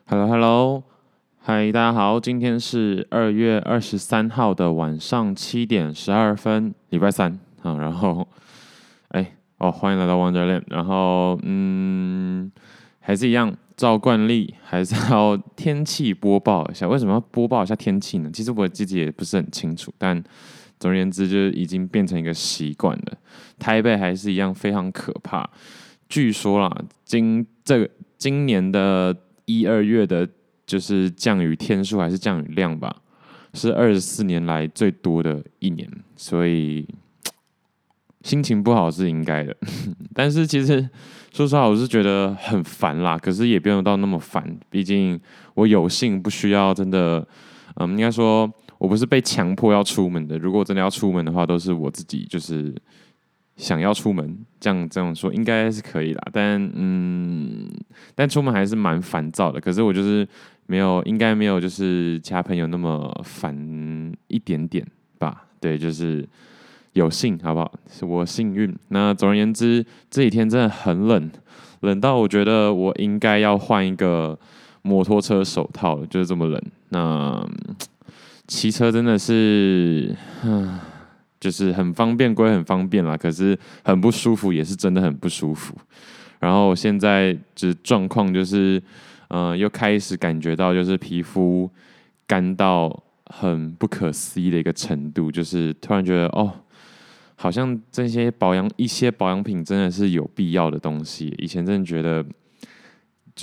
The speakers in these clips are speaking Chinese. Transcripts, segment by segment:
Hello，嗨，大家好，今天是2月23号的晚上7点12分，礼拜三啊。然后，欢迎来到 Wonderland。然后，还是一样，照惯例，还是要天气播报一下。为什么要播报一下天气呢？其实我自己也不是很清楚，但总而言之，就已经变成一个习惯了。台北还是一样非常可怕。据说啦，今年的1、2月的，就是降雨天数还是降雨量吧，是24年来最多的一年，所以心情不好是应该的。但是其实说实话，我是觉得很烦啦，可是也不用到那么烦，毕竟我有幸不需要真的，应该说我不是被强迫要出门的。如果真的要出门的话，都是我自己就是想要出门，这样说应该是可以啦。但出门还是蛮烦躁的。可是我就是应该没有就是其他朋友那么烦一点点吧。对，就是有幸，好不好？是我幸运。那总而言之，这几天真的很冷，冷到我觉得我应该要换一个摩托车手套了，就是这么冷。那骑车真的是，就是很方便归很方便啦，可是很不舒服，也是真的很不舒服。然后现在就是状况就是，又开始感觉到就是皮肤干到很不可思议的一个程度，就是突然觉得好像一些保养品真的是有必要的东西。以前真的觉得就是。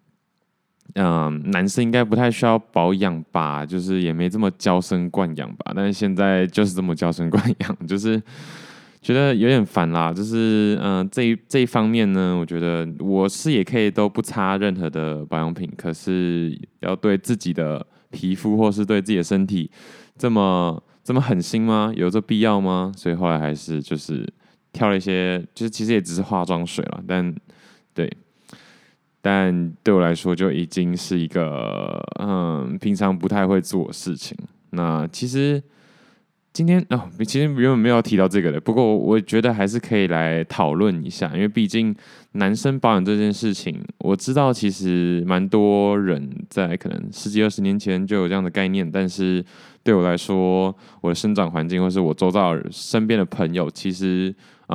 男生应该不太需要保养吧，就是也没这么娇生惯养吧。但是现在就是这么娇生惯养，就是觉得有点烦啦。就是这一方面呢，我觉得我是也可以都不擦任何的保养品，可是要对自己的皮肤或是对自己的身体这么狠心吗？有这必要吗？所以后来还是就是挑了一些，就是其实也只是化妆水啦，对。但对我来说，就已经是一个平常不太会做的事情。那其实今天其实原本没有提到这个的，不过我觉得还是可以来讨论一下，因为毕竟男生保养这件事情，我知道其实蛮多人在可能10几20年前就有这样的概念，但是对我来说，我的生长环境或是我周遭身边的朋友，其实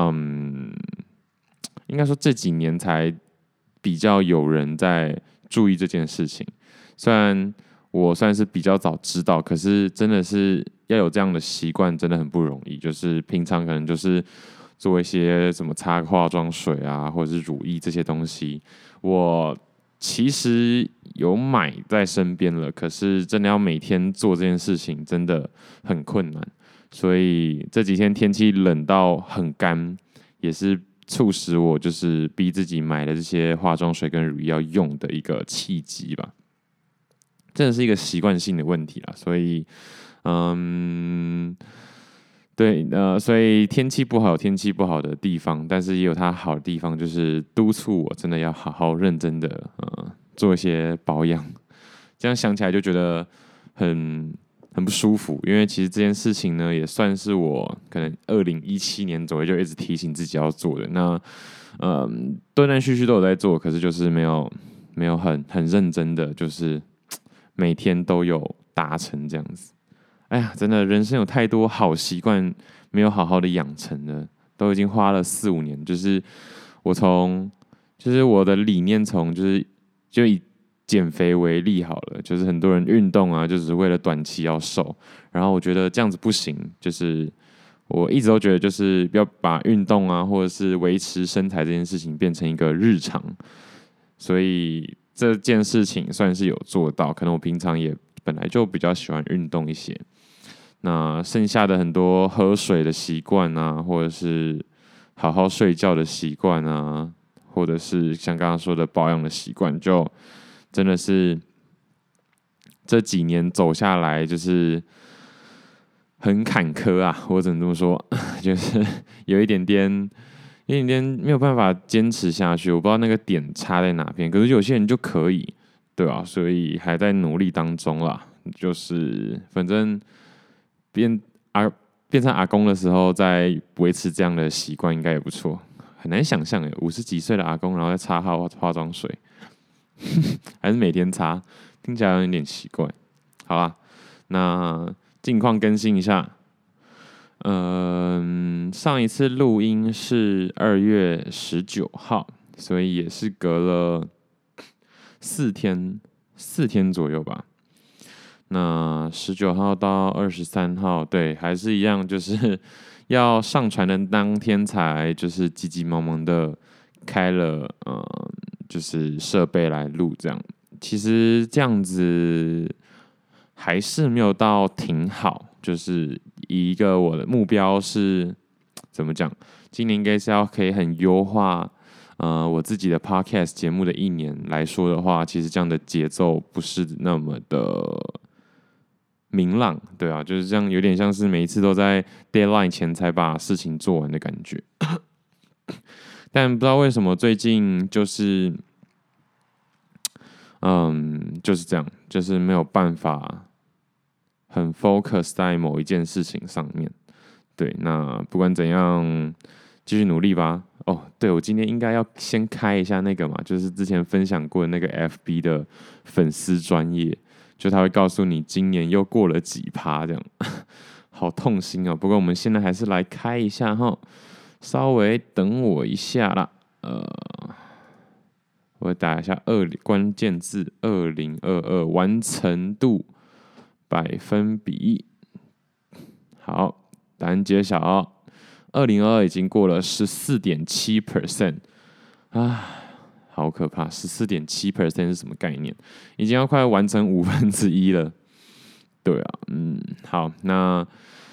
应该说这几年才比较有人在注意这件事情。虽然我算是比较早知道，可是真的是要有这样的习惯，真的很不容易。就是平常可能就是做一些什么擦化妆水啊，或者是乳液这些东西，我其实有买在身边了，可是真的要每天做这件事情，真的很困难。所以这几天天气冷到很干，也是促使我就是逼自己买了这些化妆水跟乳液要用的一个契机吧。真的是一个习惯性的问题啦，所以，对，所以天气不好有天气不好的地方，但是也有它好的地方，就是督促我真的要好好认真的做一些保养。这样想起来就觉得很不舒服，因为其实这件事情呢，也算是我可能2017年左右就一直提醒自己要做的。那断断续续都有在做，可是就是没有很认真的，就是每天都有达成这样子。哎呀，真的人生有太多好习惯没有好好的养成了，都已经花了4、5年。就是就是我的理念就以减肥为例好了，就是很多人运动啊，就只是为了短期要瘦，然后我觉得这样子不行，就是我一直都觉得就是要把运动啊，或者是维持身材这件事情变成一个日常，所以这件事情算是有做到，可能我平常也本来就比较喜欢运动一些。那剩下的很多喝水的习惯啊，或者是好好睡觉的习惯啊，或者是像刚刚说的保养的习惯，就真的是这几年走下来，就是很坎坷啊。我只能这么说，就是有一点点没有办法坚持下去。我不知道那个点差在哪边，可是有些人就可以，对啊，所以还在努力当中啦。就是反正变变成阿公的时候，再维持这样的习惯，应该也不错。很难想象50几岁的阿公，然后再擦化妆水， 还是每天擦？听起来有点奇怪。好啦，那近况更新一下。上一次录音是2月19号，所以也是隔了4天左右吧。那19号到23号，对，还是一样，就是要上传的当天才就是急急忙忙的开了就是设备来录这样。其实这样子还是没有到挺好，就是以一个我的目标是怎么讲，今年应该是要可以很优化我自己的 podcast 节目的1年来说的话，其实这样的节奏不是那么的明朗，对啊，就是这样，有点像是每一次都在 deadline 前才把事情做完的感觉。但不知道为什么最近就是就是这样，就是没有办法很 focus 在某一件事情上面。对，那不管怎样，继续努力吧。哦，对，我今天应该要先开一下那个嘛，就是之前分享过的那个 FB 的粉丝专页，就他会告诉你今年又过了几%这样，好痛心哦。不过我们现在还是来开一下哈，稍微等我一下啦。我打一下关键字2022完成度%。好，答案揭晓哦。2022已经过了14.7%，啊，好可怕！14.7% 是什么概念？已经要快完成1/5了。对啊，好，那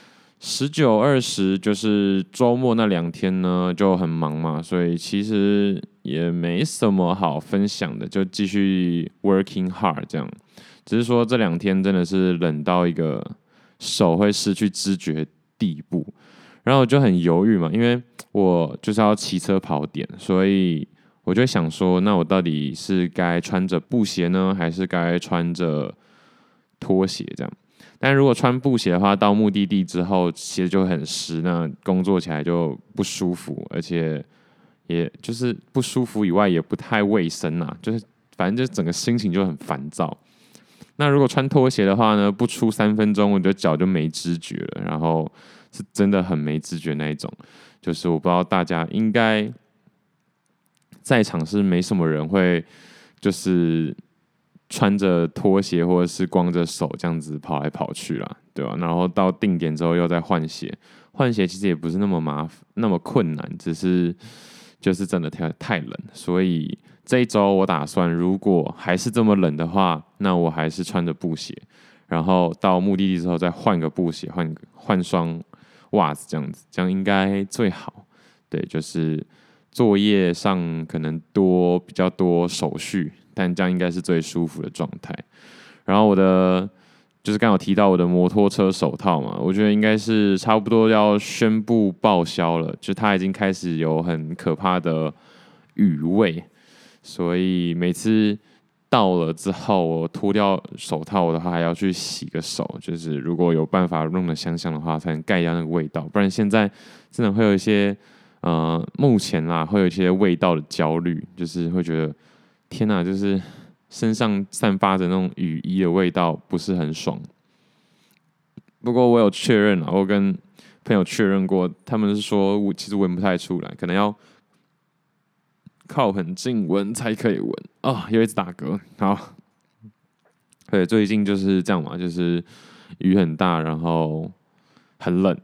19、20就是周末那2天呢就很忙嘛，所以其实也没什么好分享的，就继续 working hard 这样。只是说这2天真的是冷到一个手会失去知觉地步，然后我就很犹豫嘛，因为我就是要骑车跑点，所以我就想说，那我到底是该穿着布鞋呢，还是该穿着拖鞋这样？但如果穿布鞋的话，到目的地之后鞋子就会很湿，那工作起来就不舒服，而且也就是不舒服以外，也不太卫生啊，就是反正就整个心情就很烦躁。那如果穿拖鞋的话呢，不出3分钟，我的脚就没知觉了，然后是真的很没知觉那一种。就是我不知道大家应该在场是没什么人会就是穿着拖鞋或者是光着手这样子跑来跑去啦，对吧？然后到定点之后又再换鞋，换鞋其实也不是那么困难，只是就是真的太冷，所以这一周我打算，如果还是这么冷的话，那我还是穿着布鞋，然后到目的地之后再换个布鞋，换双袜子，这样应该最好。对，就是作业上可能比较多手续，但这样应该是最舒服的状态。然后就是刚好提到我的摩托车手套嘛，我觉得应该是差不多要宣布报销了，就它已经开始有很可怕的雨味，所以每次到了之后，我脱掉手套的话，还要去洗个手，就是如果有办法弄得香香的话，才能盖掉那个味道，不然现在真的会有一些目前啦会有一些味道的焦虑，就是会觉得天哪，就是身上散发着那种雨衣的味道，不是很爽。不过我有确认了，我跟朋友确认过，他们是说我其实闻不太出来，可能要靠很近闻才可以闻啊，又一直打嗝。好，对，最近就是这样嘛，就是雨很大，然后很冷。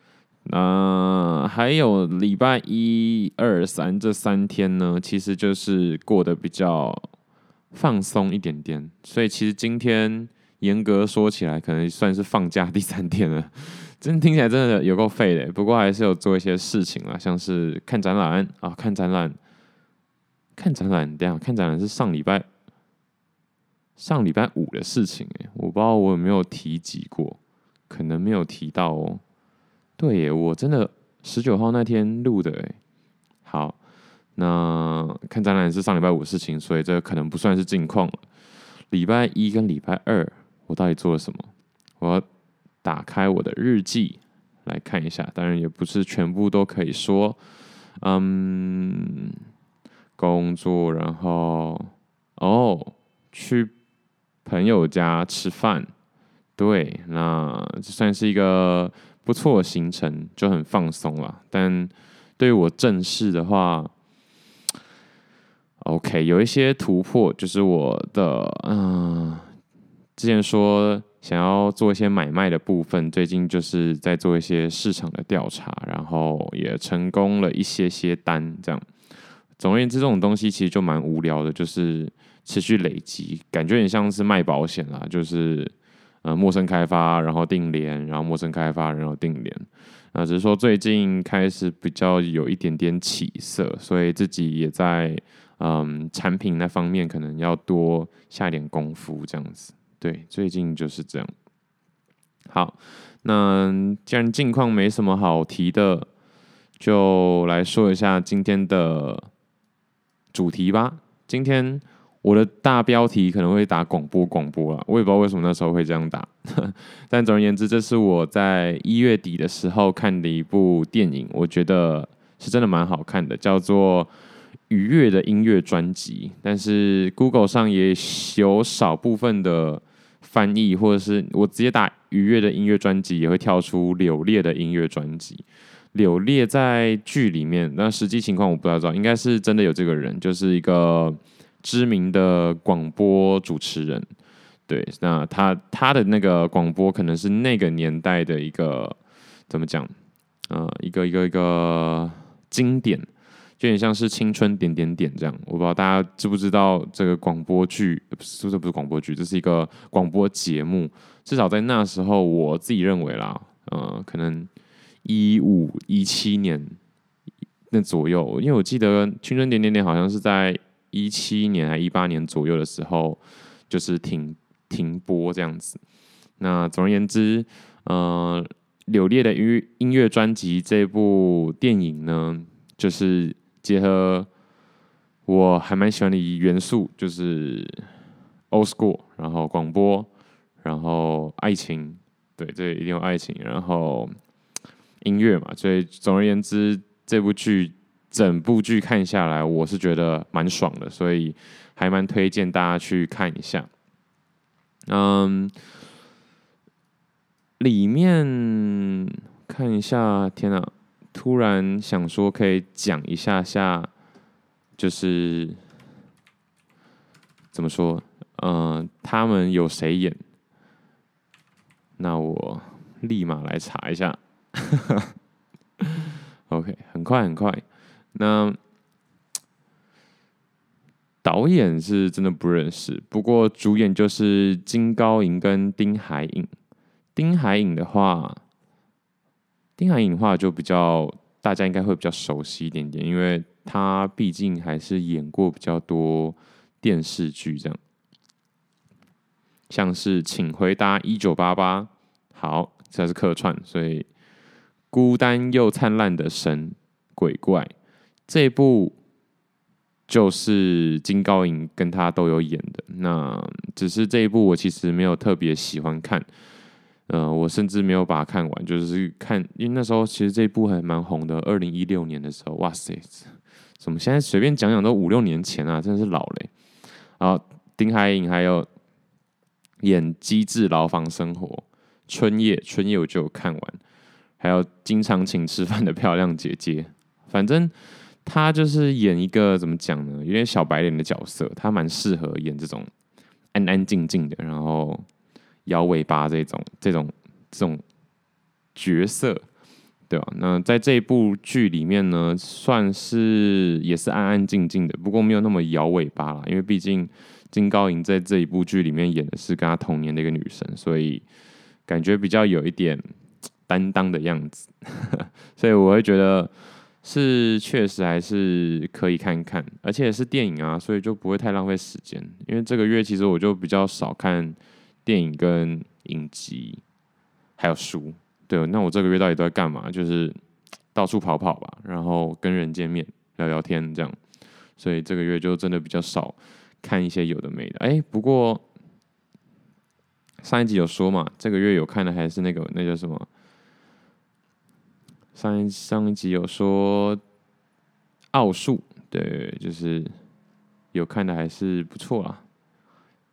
还有礼拜1、2、3这3天呢，其实就是过得比较放松一点点，所以其实今天严格说起来，可能算是放假第3天了。真听起来真的有够废的，不过还是有做一些事情啦，像是看展览啊，看展览，等一下看展览是上礼拜5的事情我不知道我有没有提及过，可能没有提到哦。对耶，我真的19号那天录的耶。好，那看展览是上礼拜5的事情，所以这可能不算是近况了。礼拜1跟礼拜2，我到底做了什么？我要打开我的日记来看一下，当然也不是全部都可以说。工作，然后去朋友家吃饭，对，那这算是一个不错的行程，就很放松啦。但对于我正事的话，OK，有一些突破，就是我的之前说想要做一些买卖的部分，最近就是在做一些市场的调查，然后也成功了一些单，这样。总而言之，这种东西其实就蛮无聊的，就是持续累积，感觉很像是卖保险啦，就是陌生开发，然后定联，然后陌生开发，然后定联。只是说最近开始比较有一点点起色，所以自己也在产品那方面可能要多下一点功夫，这样子。对，最近就是这样。好，那既然近况没什么好提的，就来说一下今天的主题吧。今天我的大标题可能会打广播啦，我也不知道为什么那时候会这样打。但总而言之，这是我在1月底的时候看的一部电影，我觉得是真的蛮好看的，叫做愉悦的音乐专辑。但是 Google 上也有少部分的翻译，或者是我直接打愉悦的音乐专辑，也会跳出柳烈的音乐专辑。柳烈在剧里面，那实际情况我不知道，应该是真的有这个人，就是一个知名的广播主持人。对，那他的那个广播可能是那个年代的一个怎么讲？一个经典，就有点像是青春点点点这样。我不知道大家知不知道这个广播剧，这不是广播剧，这是一个广播节目。至少在那时候，我自己认为啦，可能15、17年那左右，因为我记得青春点点点好像是在17年还18年左右的时候，就是停播这样子。那总而言之，柳烈的音乐专辑这部电影呢，就是结合我还蛮喜欢的元素，就是 old school，然后广播，然后爱情，对，这一定有爱情，然后音乐嘛，所以总而言之，这部剧整部剧看下来，我是觉得蛮爽的，所以还蛮推荐大家去看一下。里面看一下，天啊，突然想说可以讲一下，就是怎么说，他们有谁演？那我立马来查一下。OK， 很快。那导演是真的不认识，不过主演就是金高银跟丁海寅。丁海寅的话就比较大家应该会比较熟悉一点点，因为他毕竟还是演过比较多电视剧这样，像是《请回答1988》，好，这是客串，所以孤单又灿烂的神鬼怪这一部就是金高银跟他都有演的，那只是这一部我其实没有特别喜欢看。我甚至没有把它看完，就是看，因为那时候其实这一部还蛮红的，2016年的时候，哇塞，怎么现在随便讲讲都5、6年前啊，真的是老嘞。然后丁海寅还有演《机智牢房生活》，春夜我就有看完，还有经常请吃饭的漂亮姐姐，反正他就是演一个怎么讲呢，有点小白脸的角色，他蛮适合演这种安安静静的，然后摇尾巴这种角色，对吧？那在这一部剧里面呢，算是也是安安静静的，不过没有那么摇尾巴啦，因为毕竟金高银在这一部剧里面演的是跟他同年的一个女生，所以感觉比较有一点担当的样子，所以我会觉得是确实还是可以看看，而且是电影啊，所以就不会太浪费时间。因为这个月其实我就比较少看电影跟影集，还有书。对，那我这个月到底都在干嘛？就是到处跑跑吧，然后跟人见面聊聊天这样。所以这个月就真的比较少看一些有的没的。不过上一集有说嘛，这个月有看的还是那叫什么？上一集有说奥数，对，就是有看的还是不错啦。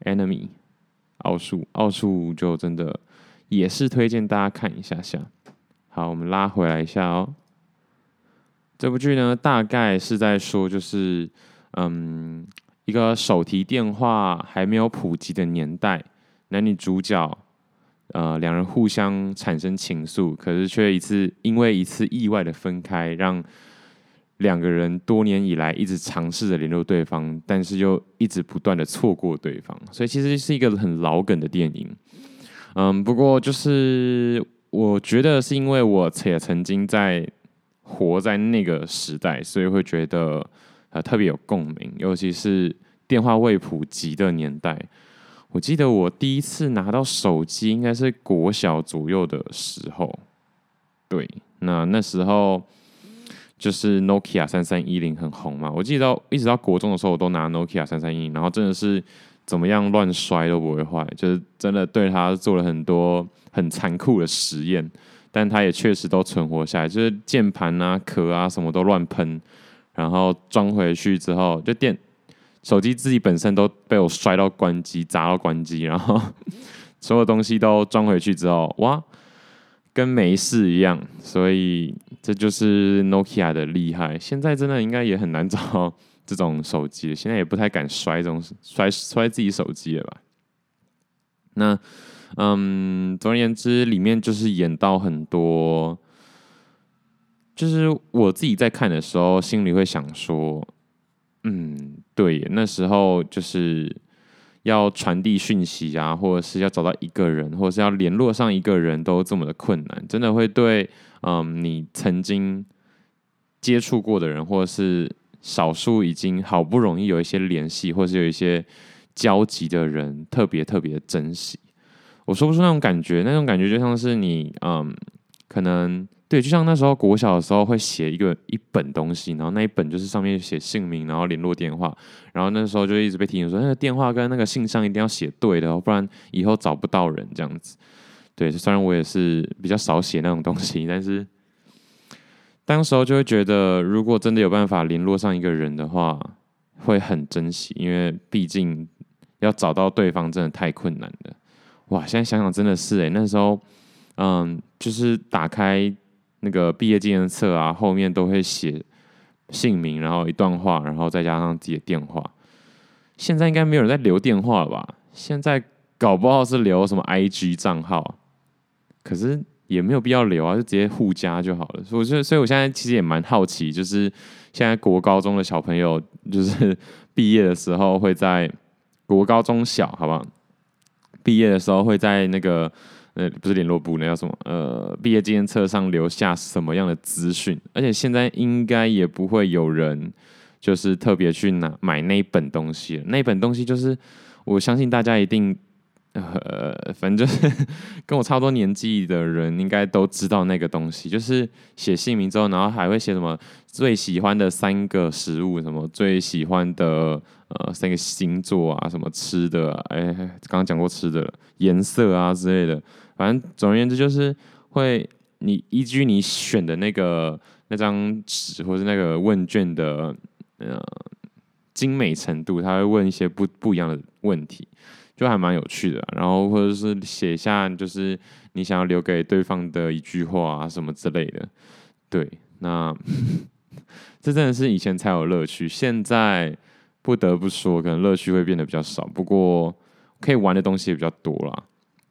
Enemy 奥数就真的也是推荐大家看一下下。好，我们拉回来一下哦。这部剧呢，大概是在说，就是一个手提电话还没有普及的年代，男女主角两人互相产生情愫，可是却因为一次意外的分开，让两个人多年以来一直尝试着联络对方，但是又一直不断的错过对方，所以其实是一个很老梗的电影。不过就是我觉得是因为我也曾经活在那个时代，所以会觉得特别有共鸣，尤其是电话未普及的年代。我记得我第一次拿到手机应该是国小左右的时候，对，那时候就是 Nokia 3310很红嘛，我记得一直到国中的时候，我都拿 Nokia 3310，然后真的是怎么样乱摔都不会坏，就是真的对它做了很多很残酷的实验，但它也确实都存活下来，就是键盘啊、壳啊什么都乱喷，然后装回去之后，就手机自己本身都被我摔到关机，砸到关机，然后所有东西都装回去之后，哇，跟没事一样。所以这就是 Nokia 的厉害。现在真的应该也很难找到这种手机了，现在也不太敢摔自己手机了吧？那总而言之，里面就是演到很多，就是我自己在看的时候，心里会想说。对，那时候就是要传递讯息啊，或者是要找到一个人，或者是要联络上一个人都这么的困难，真的会对你曾经接触过的人，或者是少数已经好不容易有一些联系，或是有一些交集的人，特别特别的珍惜。我说不出那种感觉，那种感觉就像是你可能。对，就像那时候国小的时候会写一本东西，然后那一本就是上面写姓名，然后联络电话，然后那时候就一直被提醒说，那个电话跟那个信箱一定要写对的，不然以后找不到人这样子。对，虽然我也是比较少写那种东西，但是当时候就会觉得，如果真的有办法联络上一个人的话，会很珍惜，因为毕竟要找到对方真的太困难了。哇，现在想想真的是那时候就是打开。那个毕业纪念册啊，后面都会写姓名，然后一段话，然后再加上自己的电话。现在应该没有人在留电话了吧？现在搞不好是留什么 IG 账号，可是也没有必要留啊，就直接互加就好了。所以我现在其实也蛮好奇，就是现在国高中的小朋友，就是毕业的时候会在国高中小，好不好？毕业的时候会在那个。不是联络部，那叫什么？毕业纪念册上留下什么样的资讯？而且现在应该也不会有人就是特别去买那一本东西了。那一本东西就是我相信大家一定反正就是跟我差不多年纪的人应该都知道那个东西，就是写姓名之后，然后还会写什么最喜欢的3个食物，什么最喜欢的3个星座啊，什么吃的，刚刚讲过吃的了，颜色啊之类的。反正总而言之，就是会你依据你选的那张纸或是那个问卷的精美程度，他会问一些不一样的问题，就还蛮有趣的。然后或者是写下就是你想要留给对方的一句话啊什么之类的。对，那这真的是以前才有乐趣，现在不得不说，可能乐趣会变得比较少。不过可以玩的东西也比较多啦。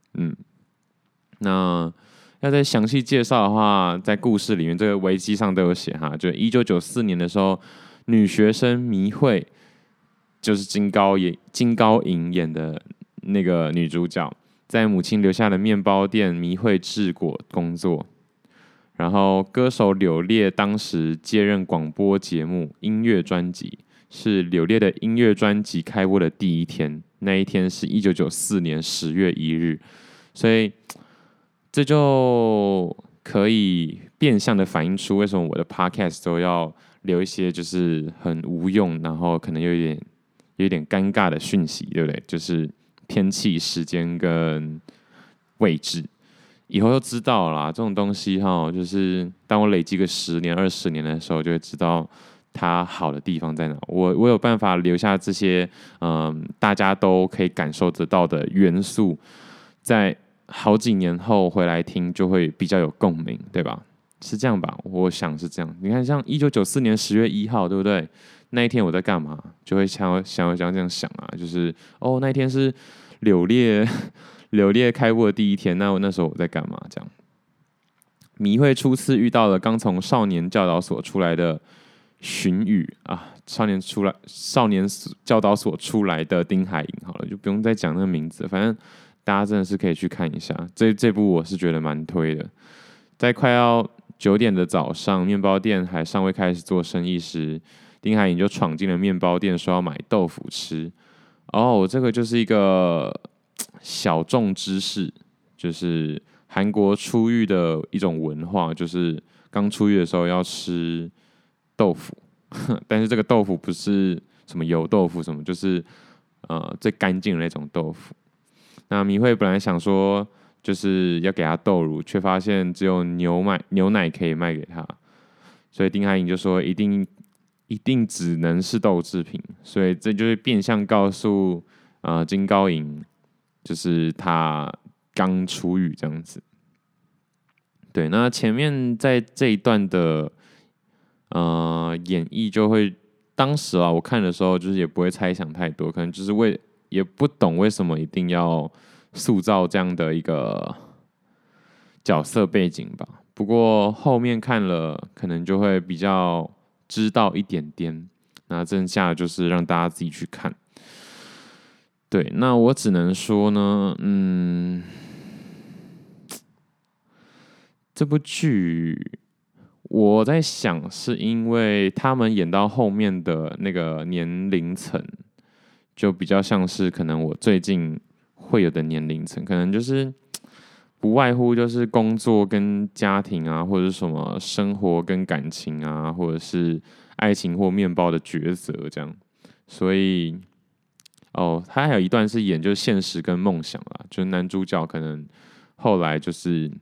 那要再详细介绍的话，在故事里面，这个维基上都有写哈。就1994年的时候，女学生迷慧就是金高银演的那个女主角，在母亲留下的面包店迷慧制果工作。然后歌手柳烈当时接任广播节目音乐专辑，是柳烈的音乐专辑开播的第一天，那一天是1994年10月1日，所以。这就可以变相的反映出为什么我的 podcast 都要留一些就是很无用，然后可能有一点尴尬的讯息，对不对？就是天气、时间跟位置，以后就知道了啦。这种东西哈，就是当我累积个10年、20年的时候，就会知道它好的地方在哪？我有办法留下这些大家都可以感受得到的元素，在好几年后回来听就会比较有共鸣，对吧？是这样吧？我想是这样。你看，像1994年10月1号，对不对？那一天我在干嘛？就会想这样想啊，就是那一天是柳烈柳烈开播的第一天，那时候我在干嘛？这样。迷会初次遇到了刚从少年教导所出来的荀彧啊，少年教导所出来的丁海寅，好了，就不用再讲那个名字了，反正大家真的是可以去看一下。这部我是觉得蛮推的。在快要9点的早上，面包店还尚未开始做生意时，丁海寅就闯进了面包店，说要买豆腐吃。这个就是一个小众知识，就是韩国出狱的一种文化，就是刚出狱的时候要吃豆腐，但是这个豆腐不是什么油豆腐什么，就是最干净的那种豆腐。那米惠本来想说就是要给他豆乳，却发现只有牛奶可以卖给他，所以丁海寅就说一定只能是豆制品，所以这就是变相告诉金高银，就是他刚出狱这样子。对，那前面在这一段的演绎就会，当时我看的时候就是也不会猜想太多，可能就是也不懂为什么一定要塑造这样的一个角色背景吧。不过后面看了，可能就会比较知道一点点。那剩下的就是让大家自己去看。对，那我只能说呢，这部剧我在想，是因为他们演到后面的那个年龄层，就比较像是可能我最近会有的年龄层，可能就是不外乎就是工作跟家庭啊，或者是什么生活跟感情啊，或者是爱情或面包的抉择这样。所以他还有一段是演就是现实跟梦想啦，就是男主角可能后来就是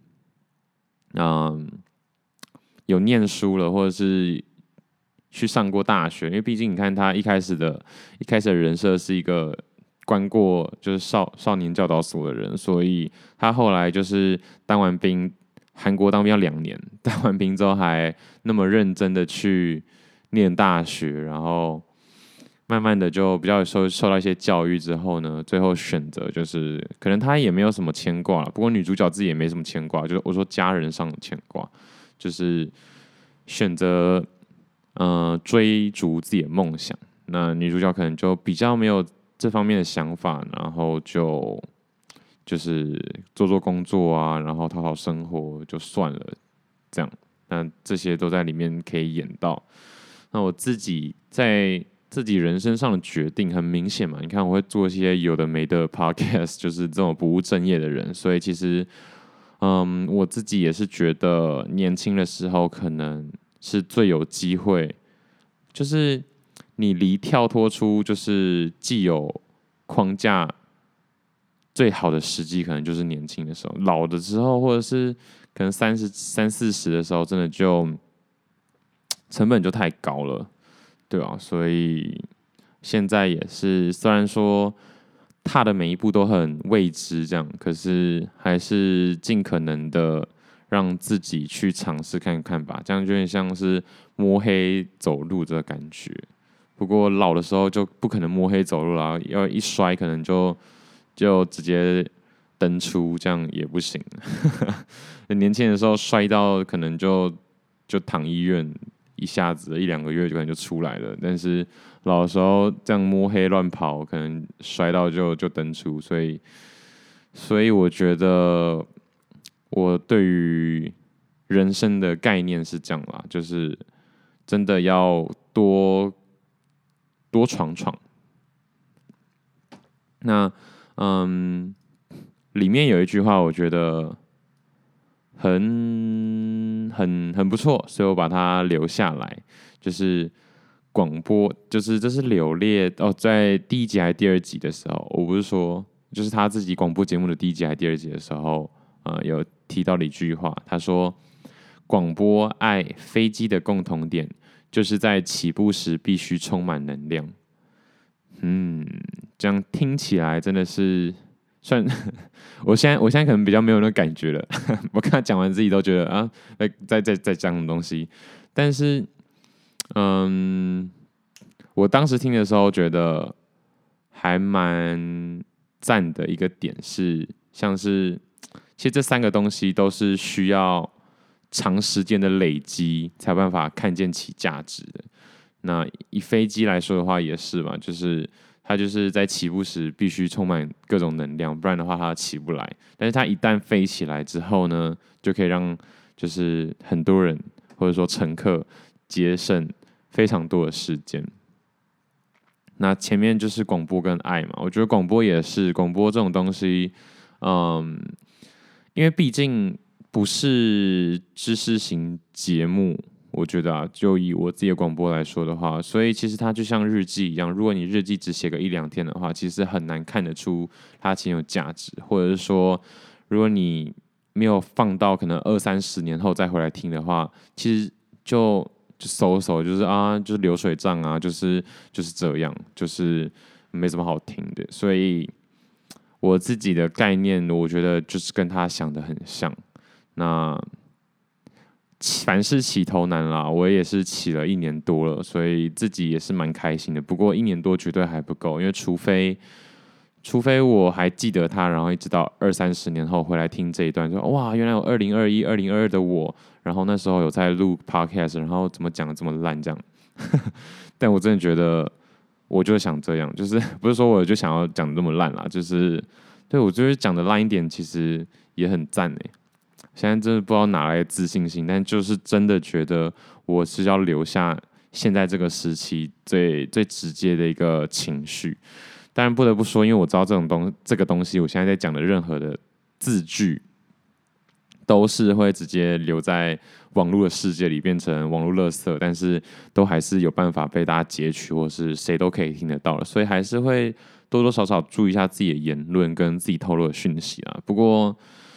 有念书了，或者是去上过大学，因为毕竟你看他一开始的人设是一个关过就是少年教导所的人，所以他后来就是当完兵，韩国当兵要2年，当完兵之后还那么认真的去念大学，然后慢慢的就比较受到一些教育之后呢，最后选择就是可能他也没有什么牵挂，不过女主角自己也没什么牵挂，就是我说家人上的牵挂，就是选择追逐自己的梦想。那女主角可能就比较没有这方面的想法，然后就是做工作啊，然后讨生活就算了，这样。那这些都在里面可以演到。那我自己在自己人生上的决定很明显嘛，你看我会做一些有的没的 podcast， 就是这种不务正业的人，所以其实我自己也是觉得年轻的时候可能是最有机会，就是你离跳脱出就是既有框架最好的时机，可能就是年轻的时候。老的时候，或者是可能30、40的时候，真的就成本就太高了，对啊，所以现在也是，虽然说踏的每一步都很未知，这样，可是还是尽可能的让自己去尝试看看吧，这样就有点像是摸黑走路的感觉。不过老的时候就不可能摸黑走路啦，要一摔可能就直接登出，这样也不行。年轻的时候摔到可能就躺医院，一下子1-2个月就可能就出来了。但是老的时候这样摸黑乱跑，可能摔到就登出。所以我觉得我对于人生的概念是这样啦，就是真的要多闯闯。那里面有一句话，我觉得很不错，所以我把它留下来。就是广播，就是这是柳烈在第1集还是第2集的时候，我不是说，就是他自己广播节目的第1集还是第2集的时候，有提到的一句话，他说：“广播爱飞机的共同点就是在起步时必须充满能量。这样听起来真的是算我现在可能比较没有那个感觉了。我刚才讲完自己都觉得啊，在讲什么东西，但是我当时听的时候觉得还蛮赞的一个点是，像是其实这3个东西都是需要长时间的累积才有办法看见其价值的。那以飞机来说的话也是嘛，就是它就是在起步时必须充满各种能量，不然的话它起不来。但是它一旦飞起来之后呢，就可以让就是很多人或者说乘客节省非常多的时间。那前面就是广播跟爱嘛，我觉得广播也是，广播这种东西，因为毕竟不是知识型节目，我觉得就以我自己的广播来说的话，所以其实它就像日记一样，如果你日记只写个1-2天的话，其实很难看得出它挺有价值，或者是说，如果你没有放到可能20-30年后再回来听的话，其实就搜，就是就是流水账啊，就是这样，就是没什么好听的。所以我自己的概念，我觉得就是跟他想的很像。那凡事起头难啦，我也是起了1年多了，所以自己也是蛮开心的。不过1年多绝对还不够，因为除非我还记得他，然后一直到20-30年后回来听这一段，说哇，原来有2021、2022的我，然后那时候有在录 podcast， 然后怎么讲的这么烂这样。但我真的觉得，我就想这样，就是不是说我就想要讲的那么烂啦，就是对我就是讲的烂一点，其实也很赞哎。现在真的不知道哪来的自信心，但就是真的觉得我是要留下现在这个时期最直接的一个情绪。当然不得不说，因为我知道这个东西，我现在在讲的任何的字句，都是会直接留在网络的世界里，变成网络垃圾，但是都还是有办法被大家截取，或是谁都可以听得到的，所以还是会多多少少注意一下自己的言论跟自己透露的讯息啊。不过，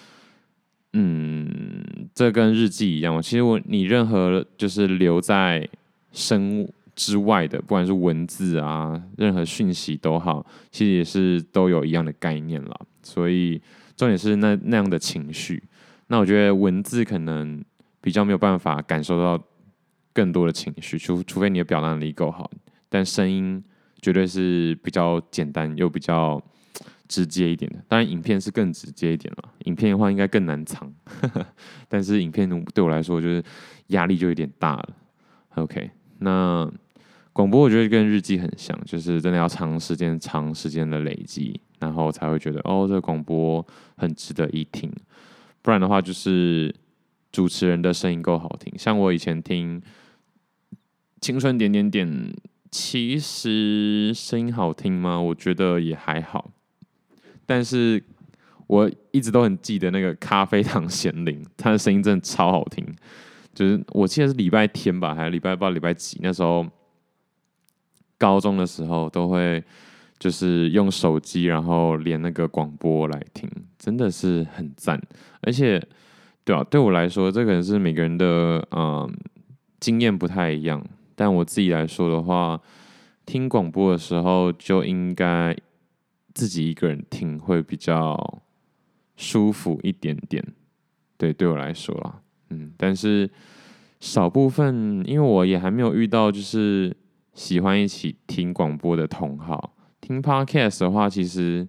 这跟日记一样，其实你任何就是留在生物之外的，不管是文字啊，任何讯息都好，其实也是都有一样的概念啦。所以重点是那样的情绪。那我觉得文字可能比较没有办法感受到更多的情绪，除非你的表达能力够好。但声音绝对是比较简单又比较直接一点的。当然，影片是更直接一点了。影片的话应该更难藏，但是影片对我来说就是压力就有点大了。OK， 那广播我觉得跟日记很像，就是真的要长时间的累积，然后才会觉得这个广播很值得一听。不然的话，就是主持人的声音够好听。像我以前听青春点点点，其实声音好听吗？我觉得也还好。但是我一直都很记得那个咖啡糖贤玲，她的声音真的超好听。就是我记得是礼拜天吧，还是礼拜不知道礼拜几，那时候高中的时候都会就是用手机，然后连那个广播来听，真的是很赞。而且，对啊，对我来说，这可能是每个人的经验不太一样。但我自己来说的话，听广播的时候就应该自己一个人听会比较舒服一点点。对我来说啦，但是少部分，因为我也还没有遇到就是喜欢一起听广播的同好。听 podcast 的话，其实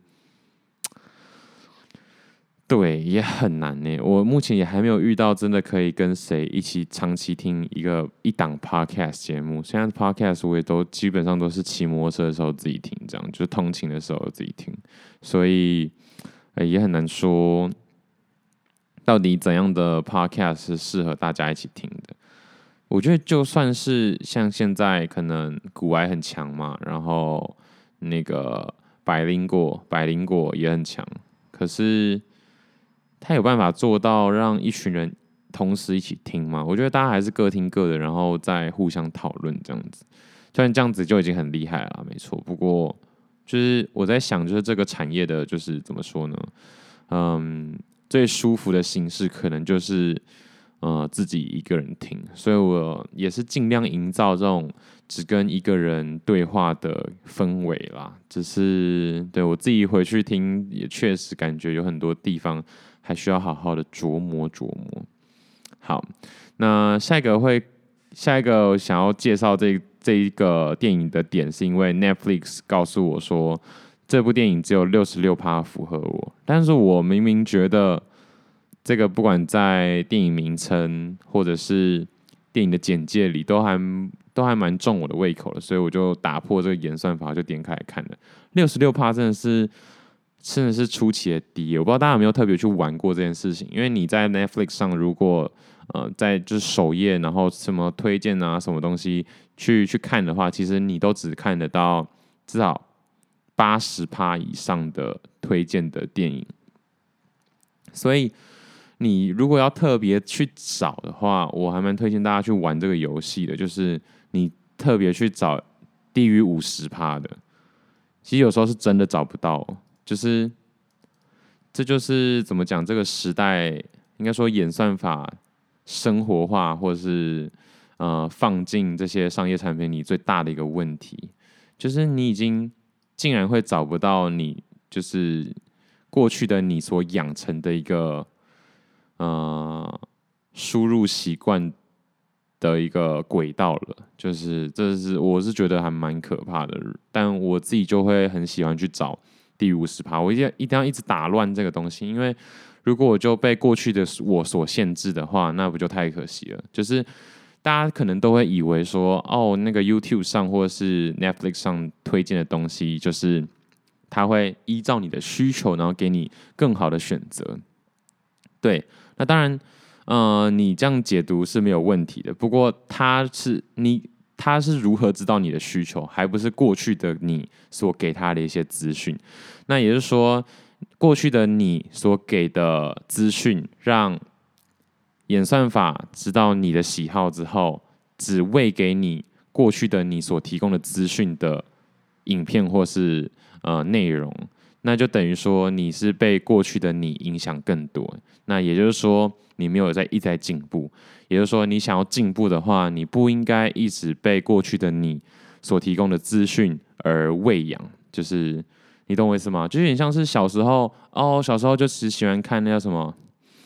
对也很难呢。我目前也还没有遇到真的可以跟谁一起长期听一档 podcast 节目。现在 podcast 我也都基本上都是骑摩托车的时候自己听，这样就是通勤的时候自己听，所以也很难说到底怎样的 podcast 是适合大家一起听的。我觉得就算是像现在可能股癌很强嘛，然后那个百灵果也很强，可是他有办法做到让一群人同时一起听吗？我觉得大家还是各听各的，然后再互相讨论这样子。虽然这样子就已经很厉害了，没错。不过就是我在想，就是这个产业的，就是怎么说呢？最舒服的形式可能就是自己一个人听，所以我也是尽量营造这种只跟一个人对话的氛围啦。只是对我自己回去听，也确实感觉有很多地方还需要好好的琢磨琢磨。好，那下一个想要介绍这一个电影的点，是因为 Netflix 告诉我说，这部电影只有66%符合我，但是我明明觉得这个不管在电影名称或者是电影的简介里，都还蛮重我的胃口的，所以我就打破这个演算法，就点开来看了。66%真的是出奇的低，我不知道大家有没有特别去玩过这件事情，因为你在 Netflix 上如果在就是首页，然后什么推荐啊什么东西去看的话，其实你都只看得到至少80%以上的推荐的电影，所以你如果要特别去找的话，我还蛮推荐大家去玩这个游戏的，就是你特别去找低于50%的，其实有时候是真的找不到，这就是怎么讲，这个时代应该说演算法生活化，或者是放进这些商业产品里最大的一个问题，就是你竟然会找不到你就是过去的你所养成的一个输入习惯的一个轨道了，我是觉得还蛮可怕的，但我自己就会很喜欢去找低于50%，我一定要一直打乱这个东西，因为如果我就被过去的我所限制的话，那不就太可惜了？就是大家可能都会以为说，哦，那个 YouTube 上或者是 Netflix 上推荐的东西，就是它会依照你的需求，然后给你更好的选择。对，那当然，你这样解读是没有问题的。不过他是如何知道你的需求，还不是过去的你所给他的一些资讯。那也就是说，过去的你所给的资讯，让演算法知道你的喜好之后，只喂给你过去的你所提供的资讯的影片或是内容，那就等于说你是被过去的你影响更多。那也就是说，你没有一直在进步。也就是说，你想要进步的话，你不应该一直被过去的你所提供的资讯而喂养。就是你懂我意思吗？就有点像是小时候就只喜欢看那叫什么，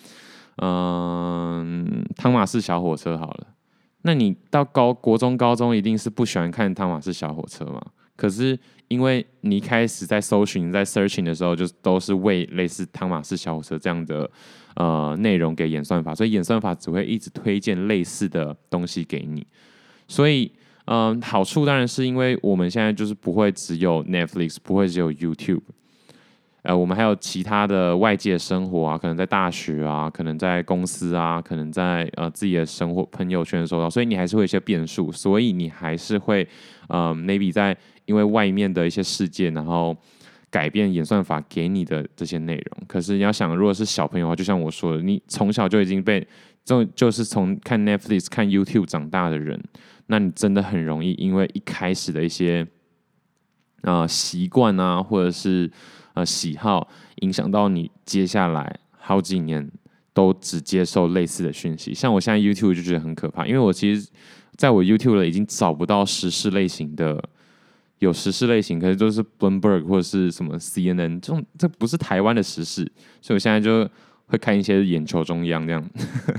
汤马士小火车好了。那你到国中、高中一定是不喜欢看汤马士小火车嘛？可是因为你一开始在搜寻、在 searching 的时候，就都是喂类似汤马士小火车这样的内容给演算法，所以演算法只会一直推荐类似的东西给你。所以好处当然是因为我们现在就是不会只有 Netflix， 不会只有 YouTube。我们还有其他的外界生活啊，可能在大学啊，可能在公司啊，可能在自己的生活朋友圈收到，所以你还是会有一些变数，所以你还是会maybe 在因为外面的一些事件，然后改变演算法给你的这些内容。可是你要想，如果是小朋友的话，就像我说的，你从小就已经被就是从看 Netflix、看 YouTube 长大的人，那你真的很容易因为一开始的一些习惯啊，或者是喜好，影响到你接下来好几年都只接受类似的讯息。像我现在 YouTube 就觉得很可怕，因为我其实在我 YouTube 了已经找不到时事类型的，有时事类型，可是都是 Bloomberg 或者是什么 CNN 这不是台湾的时事，所以我现在就会看一些眼球中央这样。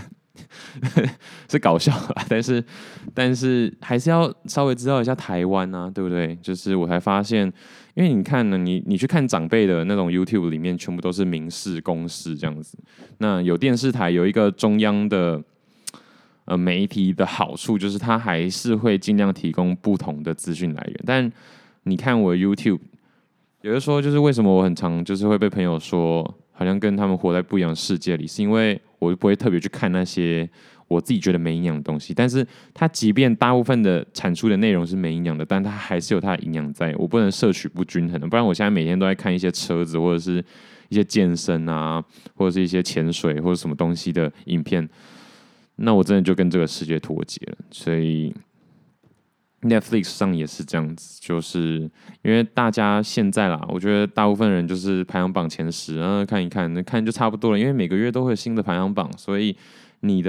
是搞笑啦，但是还是要稍微知道一下台湾啊，对不对？就是我才发现，因为你看呢，你去看长辈的那种 YouTube 里面，全部都是民视、公视这样子。那有电视台有一个中央的媒体的好处，就是它还是会尽量提供不同的资讯来源。但你看我 YouTube， 有的时候就是为什么我很常就是会被朋友说，好像跟他们活在不一样的世界里，是因为我就不会特别去看那些我自己觉得没营养的东西，但是它即便大部分的产出的内容是没营养的，但它还是有它的营养在，我不能摄取不均衡的，不然我现在每天都在看一些车子或者是一些健身啊，或者是一些潜水或者什么东西的影片，那我真的就跟这个世界脱节了。所以 Netflix 上也是这样子，就是因为大家现在啦，我觉得大部分人就是排行榜前10，看一看，看就差不多了。因为每个月都会有新的排行榜，所以你的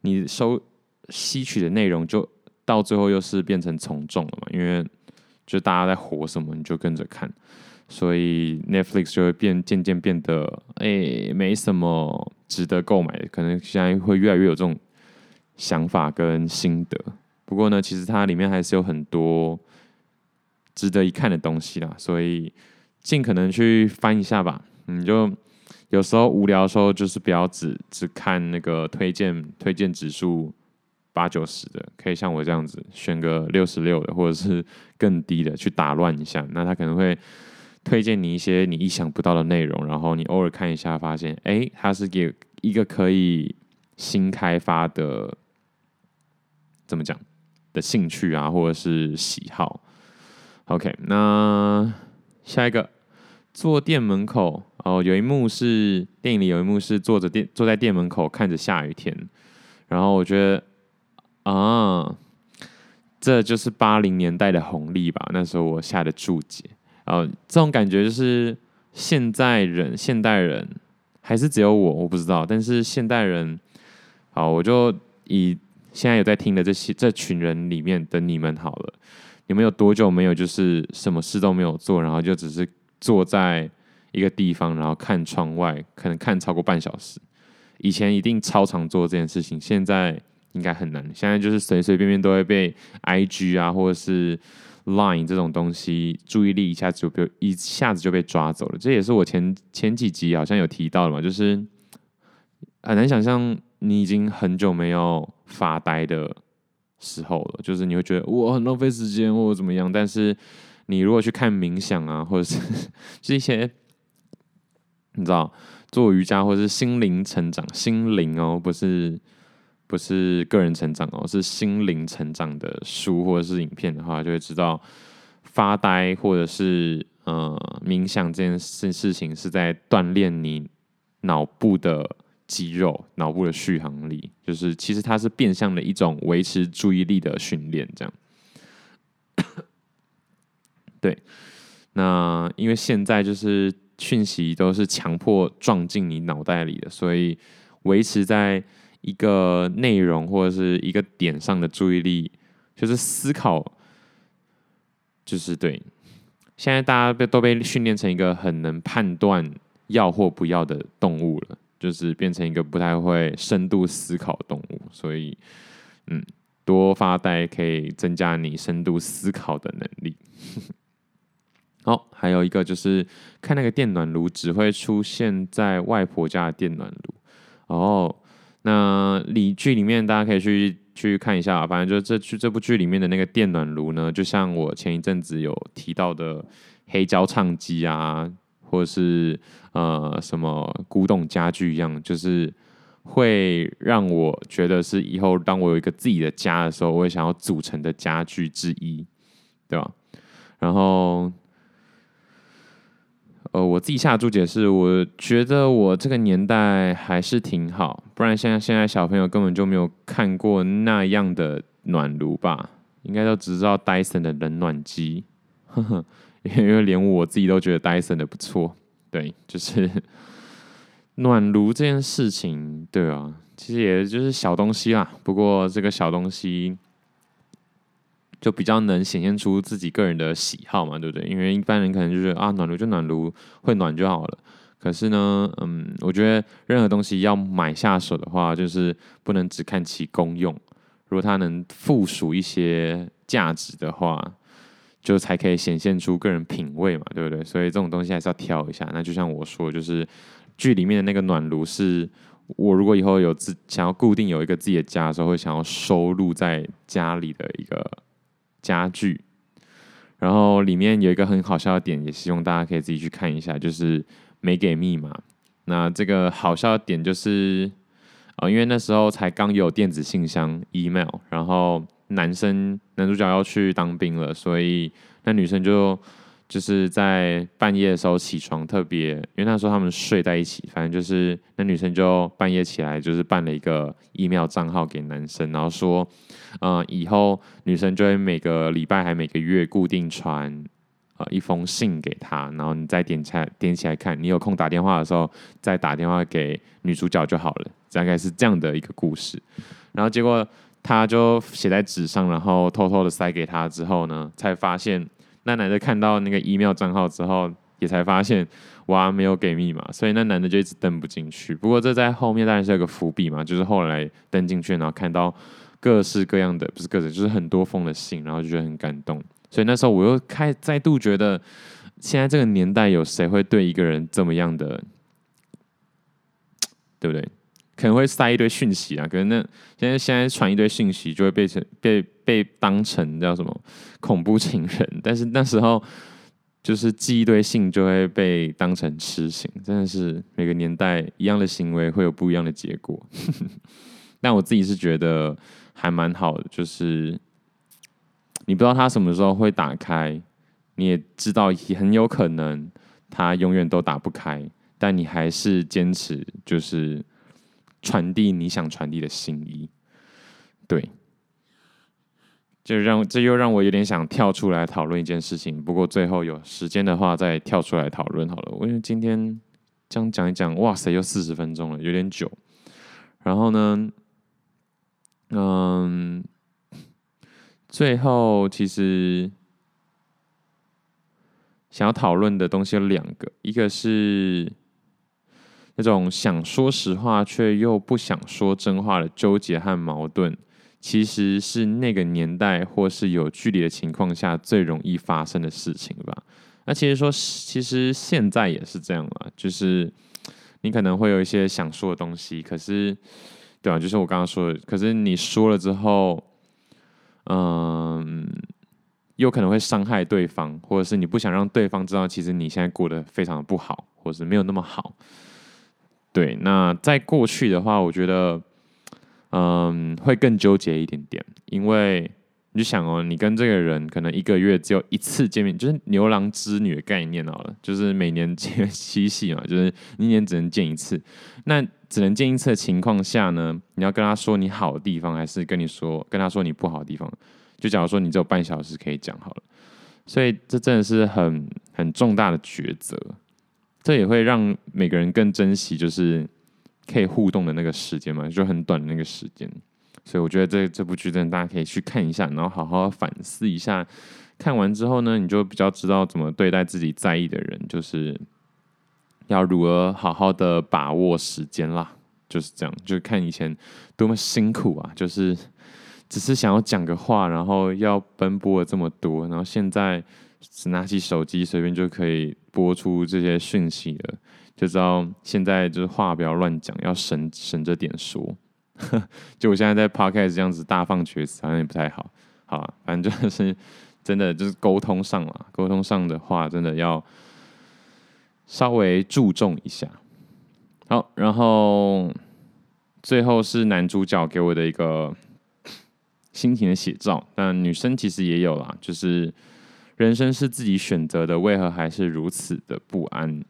你吸取的内容就到最后又是变成从众了嘛，因为就大家在火什么你就跟着看，所以 Netflix 就会渐渐变得没什么值得购买的，可能现在会越来越有这种想法跟心得。不过呢，其实它里面还是有很多值得一看的东西啦，所以尽可能去翻一下吧。你就有时候无聊的时候，就是不要只看那个推荐指数80-90的，可以像我这样子选个66的，或者是更低的去打乱一下。那他可能会推荐你一些你意想不到的内容，然后你偶尔看一下，发现它是给一个可以新开发的，怎么讲的兴趣啊，或者是喜好。OK， 那下一个坐店门口有一幕是电影里有一幕是坐在店门口看着下雨天，然后我觉得这就是80年代的红利吧。那时候我下的注解，这种感觉就是现代人还是只有我不知道，但是现代人，好，我就以现在有在听的这群人里面的你们好了，你们有多久没有就是什么事都没有做，然后就只是坐在一个地方，然后看窗外，可能看超过半小时？以前一定超常做这件事情，现在应该很难。现在就是随随便便都会被 IG 啊，或者是 Line 这种东西，注意力一下子就被抓走了。这也是我前几集好像有提到的嘛，就是很难想象你已经很久没有发呆的时候了，就是你会觉得我很浪费时间或者怎么样，但是你如果去看冥想啊，或者是是一些你知道做瑜伽或者是心灵成长，心灵不是个人成长是心灵成长的书或者是影片的话，就会知道发呆或者是冥想这件事情是在锻炼你脑部的肌肉、脑部的续航力，就是其实它是变相的一种维持注意力的训练，这样。对，那因为现在就是讯息都是强迫撞进你脑袋里的，所以维持在一个内容或者是一个点上的注意力，就是思考，就是对。现在大家都被训练成一个很能判断要或不要的动物了。就是变成一个不太会深度思考的动物，所以，多发呆可以增加你深度思考的能力。好，还有一个就是看那个电暖炉只会出现在外婆家的电暖炉。那剧里面大家可以去看一下，反正就这部剧里面的那个电暖炉呢，就像我前一阵子有提到的黑胶唱机啊。或者是什么古董家具一样，就是会让我觉得是以后当我有一个自己的家的时候，我会想要组成的家具之一，对吧？然后我自己下的注解是，我觉得我这个年代还是挺好，不然现在小朋友根本就没有看过那样的暖炉吧？应该都只知道 Dyson 的冷暖机，呵呵。因为连我自己都觉得 Dyson 的不错，对，就是暖炉这件事情，对啊，其实也就是小东西啦。不过这个小东西就比较能显现出自己个人的喜好嘛，对不对？因为一般人可能就是暖炉就暖炉，会暖就好了。可是呢，我觉得任何东西要买下手的话，就是不能只看其功用，如果它能附属一些价值的话。就才可以显现出个人品味嘛，对不对？所以这种东西还是要挑一下。那就像我说，就是剧里面的那个暖炉，是我如果以后想要固定有一个自己的家的时候，会想要收录在家里的一个家具。然后里面有一个很好笑的点，也希望大家可以自己去看一下，就是没给密码。那这个好笑的点就是，因为那时候才刚有电子信箱 email， 然后男主角要去当兵了，所以那女生就是在半夜的时候起床，特别因为那时候他们睡在一起，反正就是那女生就半夜起来，就是办了一个 email 账号给男生，然后说，以后女生就会每个礼拜还每个月固定传一封信给他，然后你再点起来看，你有空打电话的时候再打电话给女主角就好了，大概是这样的一个故事。 然后结果他就写在纸上，然后偷偷的塞给他之后呢，才发现那男的看到那个 email 账号之后，也才发现哇没有给密码，所以那男的就一直登不进去。不过这在后面当然是有个伏笔嘛，就是后来登进去，然后看到各式各样的，不是各式，就是很多封的信，然后就觉得很感动。所以那时候我又再度觉得，现在这个年代有谁会对一个人这么样的，对不对？可能会塞一堆讯息啊，可能现在传一堆讯息就会被当成叫什么恐怖情人，但是那时候就是寄一堆信就会被当成痴情，真的是每个年代一样的行为会有不一样的结果。但我自己是觉得还蛮好的，就是你不知道他什么时候会打开，你也知道很有可能他永远都打不开，但你还是坚持就是传递你想传递的心意。对，这又让我有点想跳出来讨论一件事情，不过最后有时间的话再跳出来讨论好了。因为今天这样讲一讲，哇塞，又40分钟了，有点久。然后呢，最后其实想要讨论的东西有2个，一个是那种想说实话却又不想说真话的纠结和矛盾，其实是那个年代或是有距离的情况下最容易发生的事情吧。那其实现在也是这样啦，就是你可能会有一些想说的东西，可是对啊，就是我刚刚说的，可是你说了之后，有可能会伤害对方，或者是你不想让对方知道，其实你现在过得非常的不好，或者是没有那么好。对，那在过去的话，我觉得，会更纠结一点点，因为你就想哦，你跟这个人可能1个月只有1次见面，就是牛郎织女的概念好了，就是每年见7夕嘛，就是1年只能见1次。那只能见1次的情况下呢，你要跟他说你好的地方，还是跟他说你不好的地方？就假如说你只有半小时可以讲好了，所以这真的是很重大的抉择。这也会让每个人更珍惜，就是可以互动的那个时间嘛，就很短的那个时间。所以我觉得这部剧真的大家可以去看一下，然后好好反思一下。看完之后呢，你就比较知道怎么对待自己在意的人，就是要如何好好的把握时间啦。就是这样，就看以前多么辛苦啊，就是只是想要讲个话，然后要奔波了这么多，然后现在只拿起手机随便就可以播出这些讯息了，就知道现在就是话不要乱讲，要省着点说。就我现在在 podcast 这样子大放厥词，好像也不太好。好啊，反正就是真的就是沟通上啦，沟通上的话真的要稍微注重一下。好，然后最后是男主角给我的一个心情的写照，但女生其实也有啦，就是人生是自己选择的，为何还是如此的不安？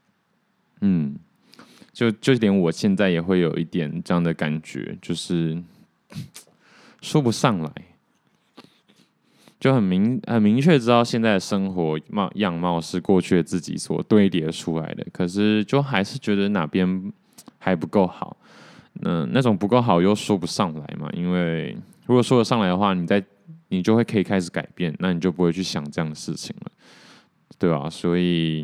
就连我现在也会有一点这样的感觉，就是说不上来，就很明确知道现在的生活样貌是过去的自己所堆叠出来的，可是就还是觉得哪边还不够好。那种不够好又说不上来嘛，因为如果说得上来的话，你就会可以开始改变，那你就不会去想这样的事情了，对吧？所以，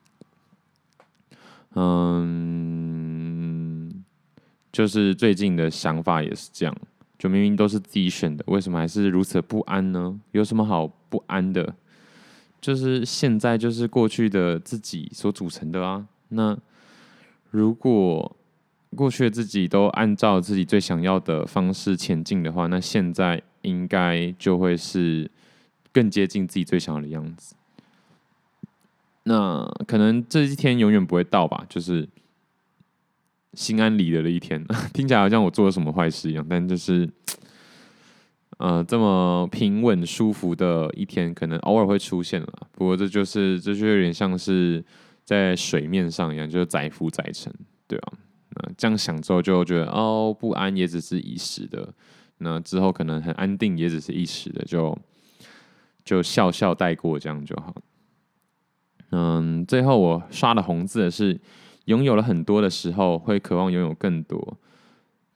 就是最近的想法也是这样，就明明都是自己选的，为什么还是如此的不安呢？有什么好不安的？就是现在就是过去的自己所组成的啊。那如果过去的自己都按照自己最想要的方式前进的话，那现在应该就会是更接近自己最想要的样子。那可能这一天永远不会到吧，就是心安理得的一天。听起来好像我做了什么坏事一样，但就是这么平稳舒服的一天，可能偶尔会出现了。不过这就有点像是在水面上一样，就是载浮载沉，对啊。这样想之后就觉得不安也只是一时的，那之后可能很安定也只是一时的，就笑笑带过这样就好。最后我刷的红字的是，拥有了很多的时候，会渴望拥有更多，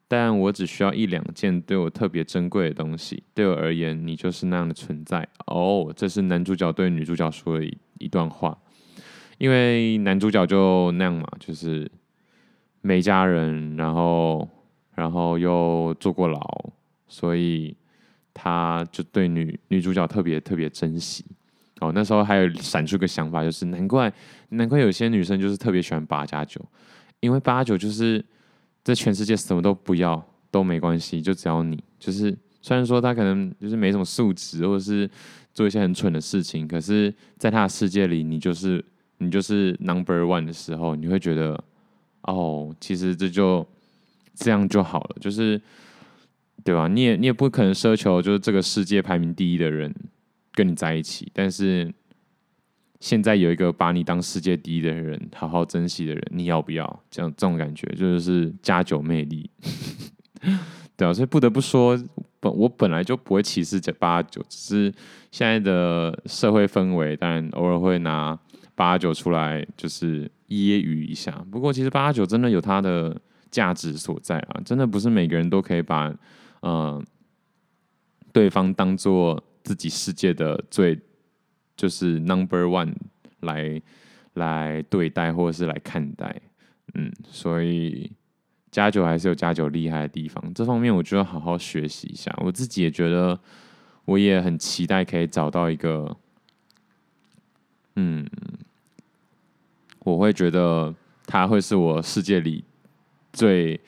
但我只需要一两件对我特别珍贵的东西，对我而言，你就是那样的存在。哦，这是男主角对女主角说的一段话。因为男主角就那样嘛，就是没家人，然后又坐过牢，所以他就对女主角特别特别珍惜。哦，那时候还有闪出个想法，就是难怪有些女生就是特别喜欢8+9，因为8+9就是在全世界什么都不要都没关系，就只要你。就是虽然说他可能就是没什么素质，或者是做一些很蠢的事情，可是在他的世界里，你就是 number 1的时候，你会觉得哦，其实这样就好了，就是对吧？你也不可能奢求就是这个世界排名第1的人跟你在一起，但是现在有一个把你当世界第1的人，好好珍惜的人，你要不要？这种感觉就是+9魅力，对啊，所以不得不说，我本来就不会歧视8+9，只是现在的社会氛围，当然偶尔会拿8+9出来就是揶揄一下。不过其实8+9真的有它的价值所在啊，真的不是每个人都可以把对方当做自己世界的就是 number 1来对待或者是来看待，所以+9还是有+9厉害的地方，这方面我就要好好学习一下。我自己也觉得，我也很期待可以找到一个，我会觉得他会是我世界里最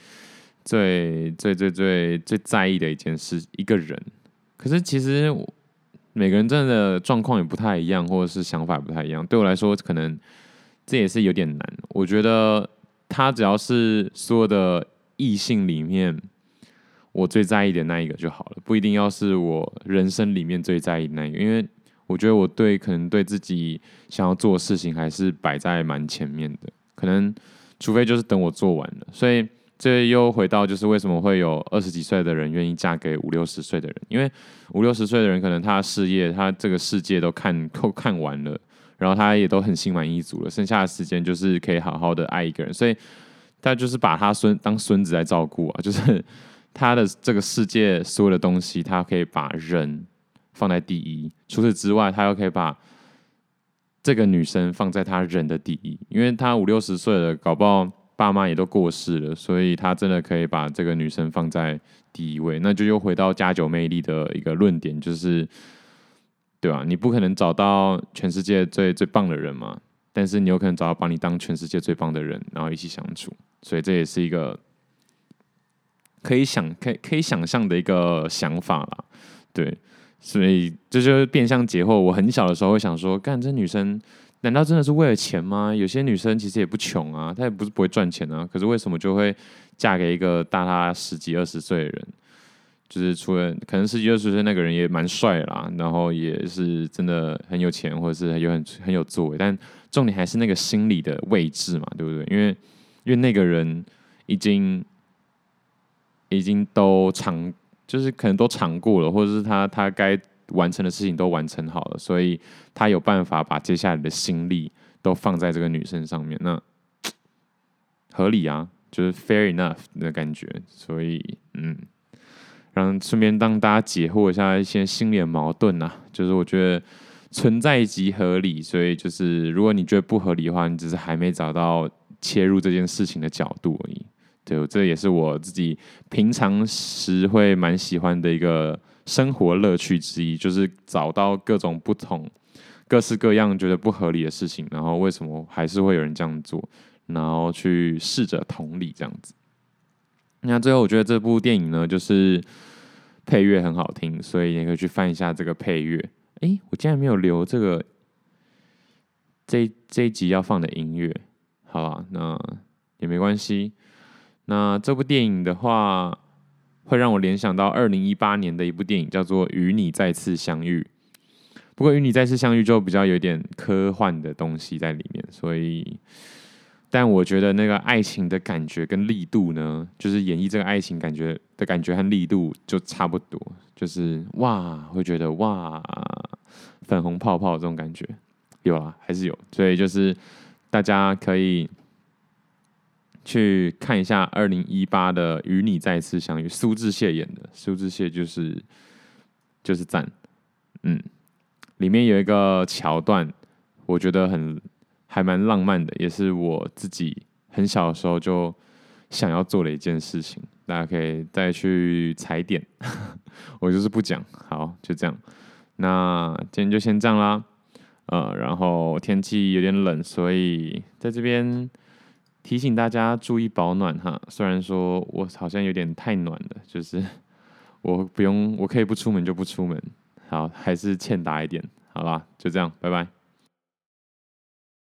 最在意的一个人。可是其实每个人真的状况也不太一样，或者是想法也不太一样。对我来说，可能这也是有点难。我觉得他只要是所有的异性里面我最在意的那一个就好了，不一定要是我人生里面最在意的那一个，因为我觉得我可能对自己想要做的事情还是摆在蛮前面的，可能除非就是等我做完了，所以这又回到就是为什么会有20几岁的人愿意嫁给50、60岁的人，因为50、60岁的人可能他的事业、他这个世界都看完了，然后他也都很心满意足了，剩下的时间就是可以好好的爱一个人，所以他就是把他当孙子来照顾啊，就是他的这个世界所有的东西，他可以把人放在第一，除此之外，他又可以把这个女生放在他人的第一，因为他50、60岁了，搞不好爸妈也都过世了，所以他真的可以把这个女生放在第一位。那就又回到+9魅力的一个论点，就是对吧？你不可能找到全世界最棒的人嘛，但是你有可能找到把你当全世界最棒的人，然后一起相处。所以这也是一个可以想象的一个想法啦，对。所以这就是变相解惑。我很小的时候会想说，干这女生难道真的是为了钱吗？有些女生其实也不穷啊，她也不是不会赚钱啊，可是为什么就会嫁给一个大她10几20岁的人？就是除了可能10几20岁那个人也蛮帅啦，然后也是真的很有钱，或者是很有作为，但重点还是那个心理的位置嘛，对不对？因为那个人已经都就是可能都尝过了，或者是他该完成的事情都完成好了，所以他有办法把接下来的心力都放在这个女生上面，那合理啊，就是 fair enough 的感觉。所以顺便让大家解惑一些心理的矛盾啊，就是我觉得存在即合理，所以就是如果你觉得不合理的话，你只是还没找到切入这件事情的角度而已。对，这也是我自己平常时会蛮喜欢的一个生活乐趣之一，就是找到各种不同、各式各样觉得不合理的事情，然后为什么还是会有人这样做，然后去试着同理这样子。那最后我觉得这部电影呢，就是配乐很好听，所以你可以去翻一下这个配乐。我竟然没有留这一集要放的音乐，好吧，那也没关系。那这部电影的话，会让我联想到2018年的一部电影，叫做《与你再次相遇》。不过《与你再次相遇》就比较有点科幻的东西在里面，所以，但我觉得那个爱情的感觉跟力度呢，就是演绎这个爱情感觉和力度就差不多，就是哇，会觉得哇，粉红泡泡这种感觉有啊，还是有，所以就是大家可以去看一下2018的《与你再次相遇》，苏志燮演的，苏志燮就是赞，里面有一个桥段，我觉得还蛮浪漫的，也是我自己很小的时候就想要做的一件事情，大家可以再去踩点，我就是不讲，好，就这样，那今天就先这样啦，然后天气有点冷，所以在这边提醒大家注意保暖哈，虽然说我好像有点太暖了，就是我可以不出门就不出门。好，还是欠打一点。好啦，就这样，拜拜。